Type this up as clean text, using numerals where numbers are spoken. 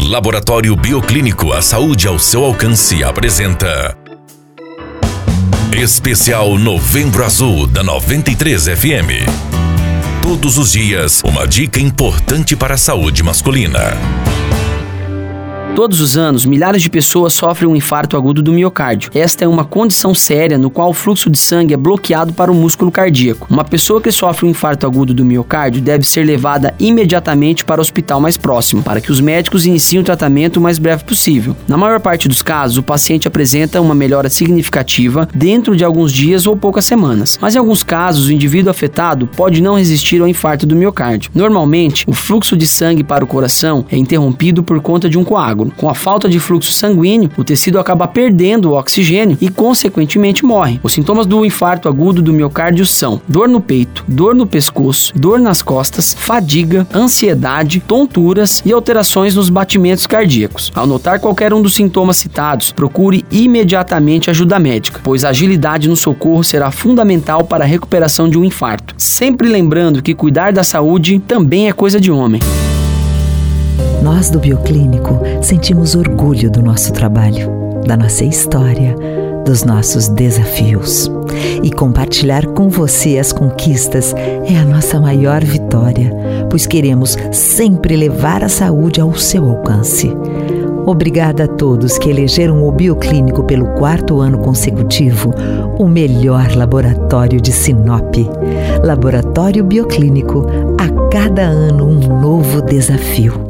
Laboratório Bioclínico, a saúde ao seu alcance, apresenta Especial Novembro Azul da 93 FM. Todos os dias, uma dica importante para a saúde masculina. Todos os anos, milhares de pessoas sofrem um infarto agudo do miocárdio. Esta é uma condição séria no qual o fluxo de sangue é bloqueado para o músculo cardíaco. Uma pessoa que sofre um infarto agudo do miocárdio deve ser levada imediatamente para o hospital mais próximo, para que os médicos iniciem o tratamento o mais breve possível. Na maior parte dos casos, o paciente apresenta uma melhora significativa dentro de alguns dias ou poucas semanas. Mas em alguns casos, o indivíduo afetado pode não resistir ao infarto do miocárdio. Normalmente, o fluxo de sangue para o coração é interrompido por conta de um coágulo. Com a falta de fluxo sanguíneo, o tecido acaba perdendo o oxigênio e, consequentemente, morre. Os sintomas do infarto agudo do miocárdio são dor no peito, dor no pescoço, dor nas costas, fadiga, ansiedade, tonturas e alterações nos batimentos cardíacos. Ao notar qualquer um dos sintomas citados, procure imediatamente ajuda médica, pois a agilidade no socorro será fundamental para a recuperação de um infarto. Sempre lembrando que cuidar da saúde também é coisa de homem. Nós do Bioclínico sentimos orgulho do nosso trabalho, da nossa história, dos nossos desafios. E compartilhar com você as conquistas é a nossa maior vitória, pois queremos sempre levar a saúde ao seu alcance. Obrigada a todos que elegeram o Bioclínico pelo 4º ano consecutivo o melhor laboratório de Sinop. Laboratório Bioclínico, a cada ano um novo desafio.